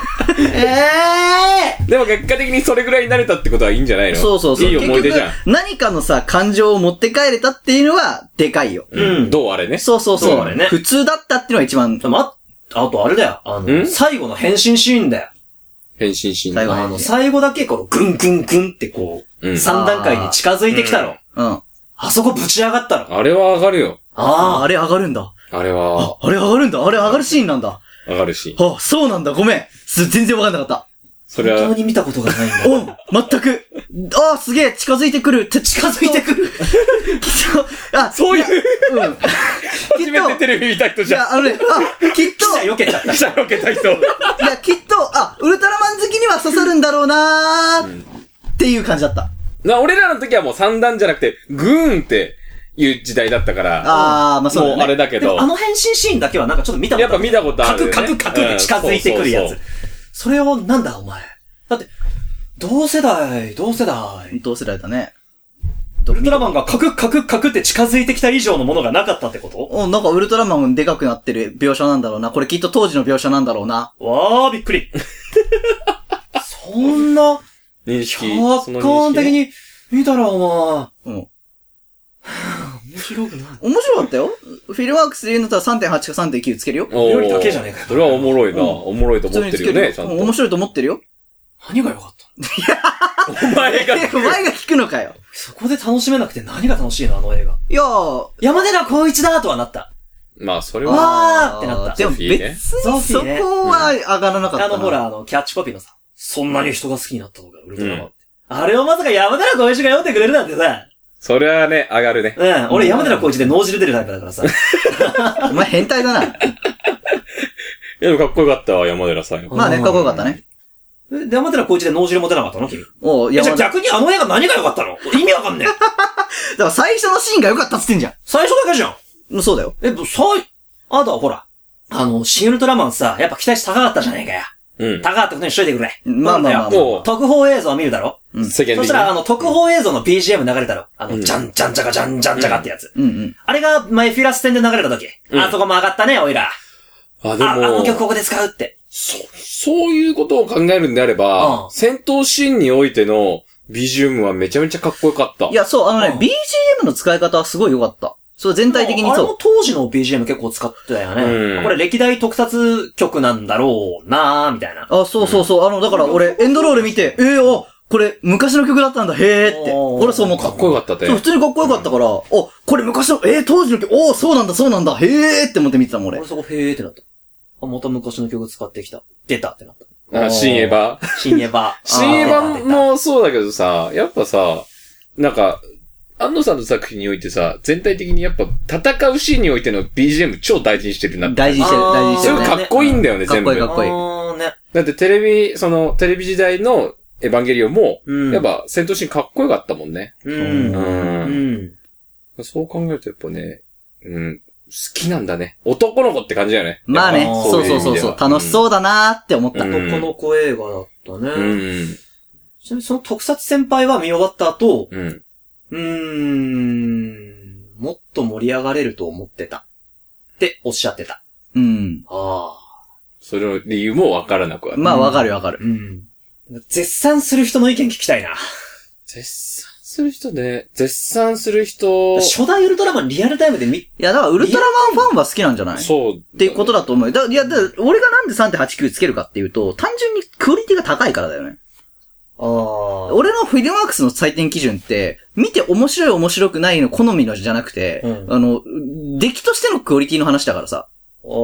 ええー、 でも結果的にそれぐらいになれたってことはいいんじゃないの？ そうそうそう。 いい思い出じゃん。 何かのさ、感情を持って帰れたっていうのは、でかいよ。 うん。どうあれね。 そうそうそう。あれね。普通だったっていうのが一番。 ま、あとあれだよ。あの、最後の変身シーンだよ。 変身シーン。 最後あの、最後だけこの、グングングンってこう、うん、さん段階に近づいてきたの。うん。うん、あそこぶち上がったの。 あれは上がるよ。 ああ、あれ上がるんだ。 あれは。 あ、あれ上がるんだ。あれ上がるシーンなんだ。 上がるシーン。 あ、そうなんだ。ごめん。全然わかんなかった。 それは。本当に見たことがないんだ。 お全く。ああ、すげえ、近づいてくる。近づいてくる。きっと、あ、 そういう。うん。初めてテレビ見た人じゃん。 いや、あのね、あ、きっと。 記者避けちゃった。 記者避けた人。いや、きっと、あ、ウルトラマン好きには刺さるんだろうなー、うん、っていう感じだった。 な、俺らの時はもう三段じゃなくて、グーンっていう時代だったから。 ああ、まあそうだね。 もうあれだけど。 あの変身シーンだけはなんかちょっと見たことある。 やっぱ見たことある、ね。 カクカクカクで近づいてくるやつ。うん、そうそうそうそれを、なんだお前。だって、同世代、同世代。 同世代だね。 ウルトラマンがカクカクカクって近づいてきた以上のものがなかったってこと？ お、なんかウルトラマンでかくなってる描写なんだろうな。これきっと当時の描写なんだろうな。 わー、びっくり。そんな、 認識。 客観的に見たらお前。うん。面白くない？ 面白かったよ。フィルワークスで言うんだったら さんてんはち か さんてんきゅう つけるよ。 よりだけじゃねえかよ。 それはおもろいな。うん、おもろいと思ってるよね、ちゃんと。 面白いと思ってるよ。 何が良かったお前がお前が聞くのかよ。 そこで楽しめなくて何が楽しいのあの映画。 いやー。 山寺宏一だとはなった。 まあ、それは。 わーってなった。 でも別にそこは上がらなかったな。 あのほら、あの、キャッチコピーのさ、そんなに人が好きになったのか、ウルトラマンって。あれをまさか山寺宏一が読んでくれるなんてさ。 それはね、上がるね。 うん。俺山寺宏一で脳汁出るタイプだからさ。 お前変態だな。いや、でもかっこよかったわ、山寺さん。 まあね、かっこよかったね。 で、山寺宏一で脳汁持てなかったの君。 おう、 いや、じゃあ逆にあの映画何が良かったの意味わかんねえ。だから最初のシーンが良かったっつってんじゃん。 最初だけじゃん。そうだよ。 え、さい、あとはほら、あの、シンウルトラマンさ、やっぱ期待値高かったじゃねえかよ。うん。高かったことにしといてくれ。 まあまあまあ。 特報映像見るだろうん。世間的に。 そしたら、あの、特報映像の ビージーエム 流れたろあの、じゃんじゃんじゃかじゃんじゃんじゃかってやつ。うんうん。あれが前フィラス店で流れた時。あそこも上がったね、おいら。 あ、でも。あ、 あの曲ここで使うって。 そう、そういうことを考えるんであれば、うん、戦闘シーンにおいての ビージーエム はめちゃめちゃかっこよかった。 いや、そう、あのね、うん、ビージーエム の使い方はすごい良かった。そう、全体的にそう。あの当時の ビージーエム 結構使ってたよね。うん、これ歴代特撮曲なんだろうなーみたいな。 あ、そうそうそう。うん、あの、だから俺、エンドロール見て、えー、あ、これ昔の曲だったんだ、へーって。俺そう思った。 かっこよかったって。 そう、普通にかっこよかったから、お、これ昔の、えー、当時の曲、おー、そうなんだ、そうなんだ、へーって思って見てたもん、俺。 俺そこ、へーってなった。あ、また昔の曲使ってきた。出たってなった。 あ、新エヴァ新エヴァ。 新エヴァもそうだけどさ、やっぱさ、なんか、安野さんの作品においてさ、全体的にやっぱ戦うシーンにおいての ビージーエム 超大事にしてるなって。 大事にしてる、大事にしてる、 ね。すごいかっこいいんだよね、全部。 かっこいい、かっこいい。 ね。 だってテレビ、その、テレビ時代のエヴァンゲリオンも、うん、やっぱ戦闘シーンかっこよかったもんね。うん。うん。うん、そう考えるとやっぱね、うん。好きなんだね。男の子って感じだよね。 まあね。そうそうそうそう。楽しそうだなーって思った。 うん、男の子映画だったね。うん。ちなみにその特撮先輩は見終わった後、うん。うーん。もっと盛り上がれると思ってた。っておっしゃってた。 うん。 ああ。 それの理由もわからなくはない。 まあわかるわかる。 うん。絶賛する人の意見聞きたいな。 絶賛する人ね。絶賛する人。 初代ウルトラマンリアルタイムで見、いや、だからウルトラマンファンは好きなんじゃない？ そう、 ね。っていうことだと思う。だいや、だ俺がなんで さんてんはちきゅう つけるかっていうと、単純にクオリティが高いからだよね。 ああ。 俺のフィルマークスの採点基準って、見て面白い面白くないの好みのじゃなくて、うん、あの、出来としてのクオリティの話だからさ。ああ、うん。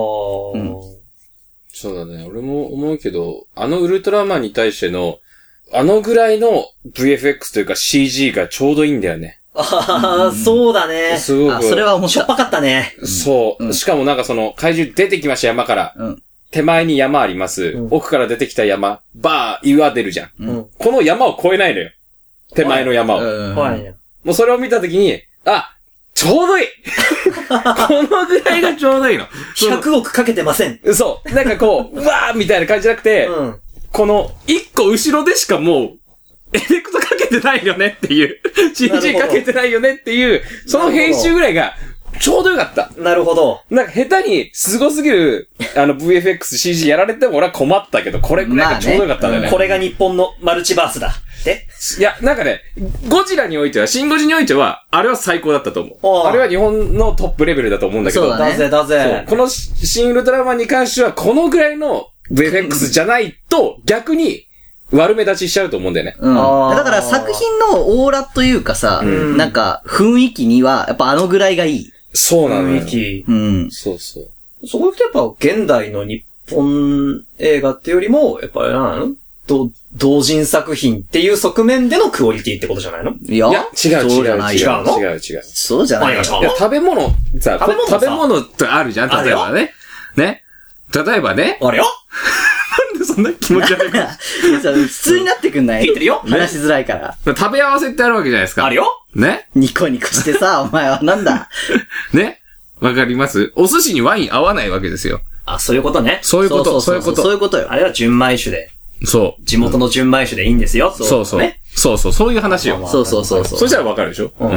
そうだね。俺も思うけど、あのウルトラマンに対しての、あのぐらいの ブイエフエックス というか シージー がちょうどいいんだよね。 ああ、うん、そうだね。 すごく。あ、それは面白い。 しょっぱかったね。 そう、うん。しかもなんかその、怪獣出てきました、山から。うん、手前に山あります、うん。奥から出てきた山。バー、岩出るじゃん。うん、この山を越えないのよ。手前の山を。 怖いね。 もうそれを見たときに、あ、ちょうどいいこのぐらいがちょうどいいの。 ひゃくおくかけてません。 そう。なんかこう、うわーみたいな感じじゃなくて、うん、この一個後ろでしかもう、エフェクトかけてないよねっていう、シージー かけてないよねっていう、その編集ぐらいが、ちょうどよかった。 なるほど。 なんか下手に凄すぎる、あの ブイエフエックス、シージー やられても俺は困ったけど、これぐらいがちょうどよかったんだよね。 まあね、これが日本のマルチバースだ。でいや、なんかね、ゴジラにおいては、シンゴジにおいては、あれは最高だったと思う。あれは日本のトップレベルだと思うんだけど。 そうだね。だぜだぜ。 このシンウルトラマンに関しては、このぐらいの ブイエフエックス じゃないと、逆に、悪目立ちしちゃうと思うんだよね。 うん。だから作品のオーラというかさ、うん、なんか雰囲気には、やっぱあのぐらいがいい。 そうなのよ。 雰囲気。 うん。 そうそう。 そこ行くとやっぱ現代の日本映画ってよりも、やっぱり何なのと、同人作品っていう側面でのクオリティってことじゃないの？ いや、いや違う違う違う。 違うの？ 違う違う。 そうじゃないよ。 いや、食べ物、さ、食べ物食べ物ってあるじゃん、例えばね。ね。例えばね。 あれよなんでそんな気持ち悪いの普通になってくんない？ 聞いてるよ。 話しづらいから。 食べ合わせってあるわけじゃないですか。 あるよ。 ね。 ニコニコしてさ、お前はなんだ。 ね。わかります？お寿司にワイン合わないわけですよ。 あ、そういうことね。 そういうこと、そういうこと。 そういうことよ。 あれは純米酒で。 そう。 地元の純米酒でいいんですよ。 そうそう。ね。そうそう、そういう話よ。 そうそうそう。 そしたらわかるでしょ？うん。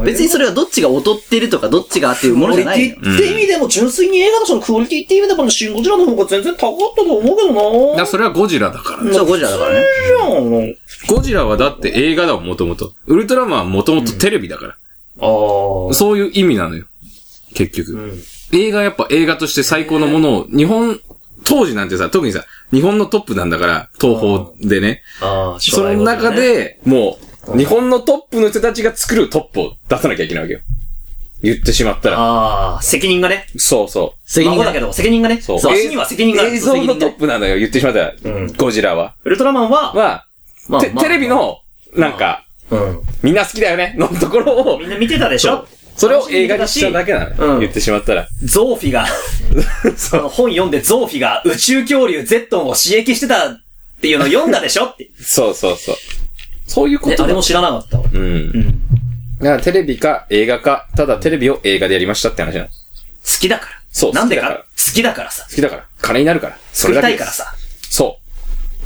別にそれはどっちが劣ってるとかどっちがっていうものじゃないよ。 クオリティって意味でも純粋に映画のそのクオリティって意味でもシンゴジラの方が全然高かったと思うけどな。 いや、それはゴジラだからね。 そう、ゴジラだからね。 ゴジラはだって映画だもん、もともと。ウルトラマンはもともとテレビだから。ああ。そういう意味なのよ。結局。映画やっぱ映画として最高のものを、日本、当時なんてさ、特にさ、日本のトップなんだから、東宝でね。ああ、その中で、もう、日本のトップの人たちが作るトップを出さなきゃいけないわけよ。言ってしまったら。 ああ、責任がね。 そうそう。 責任だけど、責任がね。そう。足には責任がある。 映像のトップなんだよ、言ってしまったら。うん。ゴジラは。 ウルトラマンは、 は、まあ、テレビの、なんか、うん。みんな好きだよね、のところを。 みんな見てたでしょ？ それを映画にしただけなの、うん、言ってしまったら。 ゾーフィが、その本読んでゾーフィが宇宙恐竜ゼットンを刺激してたっていうのを読んだでしょって。 そうそうそう。そういうことだ。 誰も知らなかったわ。うん。うん。 だからテレビか映画か、ただテレビを映画でやりましたって話なの。好きだから。 そう。 なんでか好きだからさ。 好きだから。金になるから。 それだけ。作りたいからさ。 そう。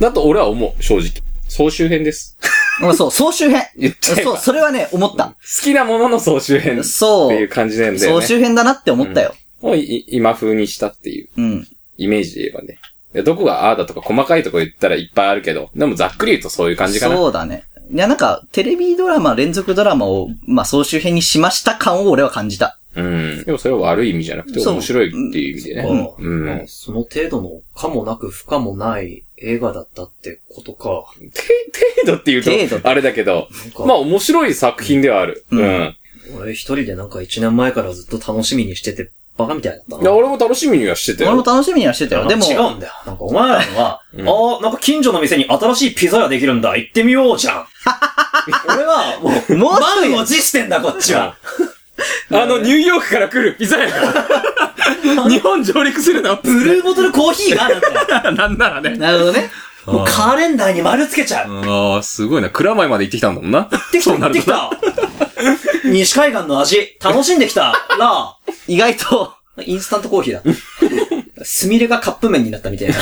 だと俺は思う、正直。総集編です。 そう、総集編。言っちゃえばそう、それはね、思った。 好きなものの総集編。そう。っていう感じなんで、ね。 総集編だなって思ったよ。 うん、を今風にしたっていう。うん。イメージで言えばね。どこがああだとか細かいとこ言ったらいっぱいあるけど、でもざっくり言うとそういう感じかな。 そうだね。いや、なんか、テレビドラマ、連続ドラマを、まあ、総集編にしました感を俺は感じた。 うん。でもそれは悪い意味じゃなくて面白いっていう意味でね。 うん。うん、その程度の可もなく不可もない映画だったってことか。 程度って言うと、あれだけど、まあ面白い作品ではある。うん。うん、 俺一人でなんか一年前からずっと楽しみにしてて、バカみたいだったな。 いや、俺も楽しみにはしてたよ。 俺も楽しみにはしてたよ。でも。 違うんだよ。なんかお前らのは、うん、ああ、なんか近所の店に新しいピザ屋できるんだ。行ってみようじゃん。俺は、もう、もう満を持してんだ、こっちは。 あの、ニューヨークから来るピザ屋が。日本上陸するのブルーボトルコーヒーがなんだよ。 なんならね。 なるほどね。 もうカレンダーに丸つけちゃう。 ああ、すごいな。蔵前まで行ってきたんだもんな。 行ってきた、行ってきた。西海岸の味、楽しんできた。なあ。 意外と、 インスタントコーヒーだ。スミレがカップ麺になったみたいな。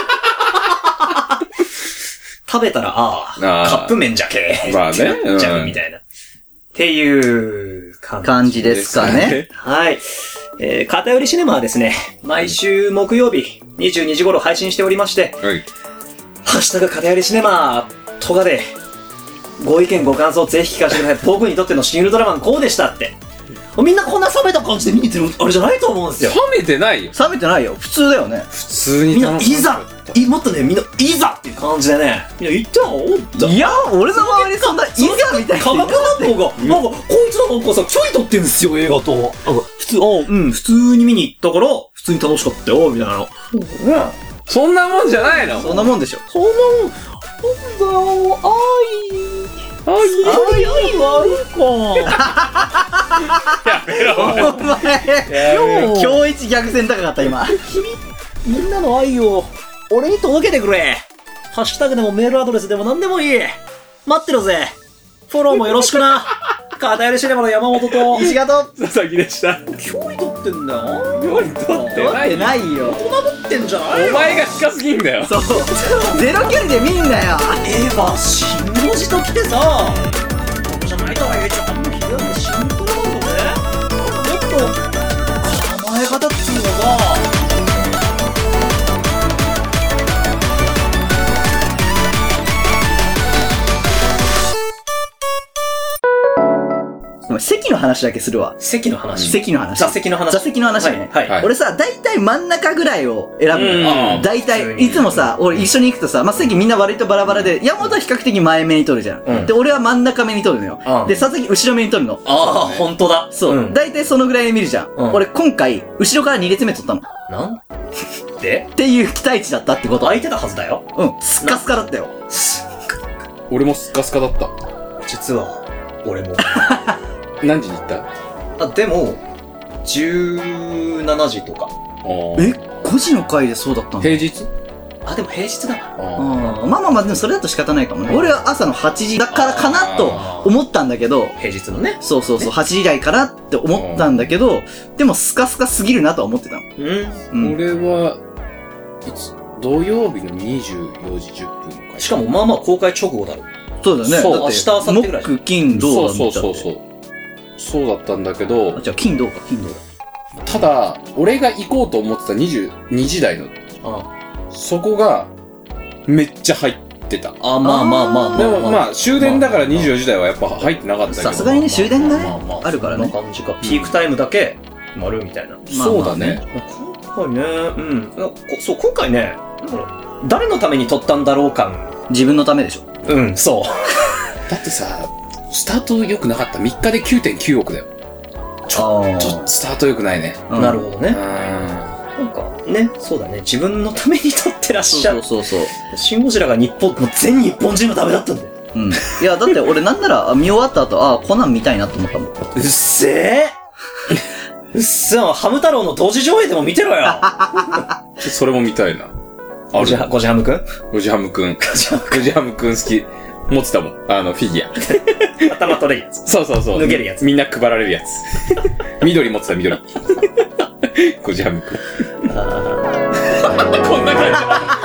食べたら、ああ、カップ麺じゃけー。 まあね。 ってなっちゃうみたいな。っていう感じですかね。 はい。えー、偏りシネマはですね、毎週木曜日にじゅうにじ頃配信しておりまして、はい、ハッシュタグ偏りシネマとかで、ご意見ご感想ぜひ聞かせてください。僕にとってのシン・ウルトラマンこうでしたって。みんなこんな冷めた感じで見に行ってるあれじゃないと思うんですよ。 冷めてないよ。 冷めてないよ。普通だよね。 普通にみんないざいもっとね、みんないざっていう感じでね、いや、言ってはおった。 いや、俺の周りそんないざみたいな。 科学学校が、なんか、こいつらなんかさ、距離取ってんすよ、映画と。なんか、普通、あうん、普通に見に行ったから、普通に楽しかったよ、みたいなの。 そんなもんじゃないの？ そんなもんでしょ。 そんなもん、なんだ、愛。愛、愛、愛はあるか。やめろ、 お前。今日一逆線高かった、今。 君、みんなの愛を、俺に届けてくれ。ハッシュタグでもメールアドレスでも何でもいい。待ってるぜ。フォローもよろしくな。偏りシネマの山本と、 石形と、 佐々木でした。 距離取ってんだよ。 距離取ってない。 ないよ。 大人ぶってんじゃないお前が近すぎんだよ。 そう。ゼロ距離で見んなよ。 エヴァ、新文字と来てさ、僕じゃないとは言えちゃったもん、ひどいシンプルなんだね。もっと、構え方っつうのが、 席の話だけするわ。 席の話席の話。 座席の話。 座席の話ね。はい。はい、俺さ、だいたい真ん中ぐらいを選ぶのよ。だいたい、いつもさ、俺一緒に行くとさ、まあ、席みんな割とバラバラで、山本は比較的前目に取るじゃん。うん、で、俺は真ん中目に取るのよ。うん、で、佐々木後ろ目に取るの。 ああ、ね、ほんとだ。 そう。だいたいそのぐらいで見るじゃん。うん、俺今回、後ろからに列目取ったの。 なんでっていう期待値だったってこと。 空いてたはずだよ。 うん。スッカスカだったよ。 俺もスッカスカだった。 実は、俺も。 何時に行った？ あ、でも、じゅうしちじとか。 え ?ご 時の回でそうだったの？ 平日？ あ、でも平日だ。 ああまあまあまあ、でもそれだと仕方ないかもね。俺は朝のはちじだからかなと思ったんだけど。 平日のね。 そうそうそう、はちじ台からって思ったんだけど、でもスカスカすぎるなとは思ってたの。 うん。うん、俺は、いつ土曜日のにじゅうよじじゅっぷんか。 しかもまあまあ公開直後だろ。 そうだね。 そう、明日、明後日ぐらい。 木、金、土だそうそうそうそう。そうだったんだけど。 あ、じゃあ金土か、金土だ。 ただ、俺が行こうと思ってたにじゅうにじ台の。ああそこが、めっちゃ入ってた。 あ、まあまあまあまあ。 でもまあ、終電だからにじゅうよじ台はやっぱ入ってなかったけど。 さすがにね、終電がね、あるからね。 そんな感じか。ピークタイムだけ、丸みたいな。 そうだね。 今回ね、うん。そう、今回ね、誰のために撮ったんだろう感。 自分のためでしょ。 うん、そう。 だってさ、スタート良くなかった。みっかで きゅうてんきゅうおくだよ。ちょっとスタート良くないね。 なるほどね。なんか、ね、そうだね。自分のために撮ってらっしゃる。 そうそうそう。 シンゴジラが日本、もう全日本人のためだったんだよ。 うん。いや、だって俺なんなら見終わった後、ああ、コナン見たいなと思ったもん。 うっせーうっせーハム太郎の同時上映でも見てろよそれも見たいな。 ゴジハムくんゴジハムくん。ゴジハムくん好き。持ってたもん。あの、フィギュア。 頭取れるやつ。 そうそうそう。 脱げるやつ。 みんな配られるやつ。緑持ってた、緑。ゴジハムくん。こんな感じ。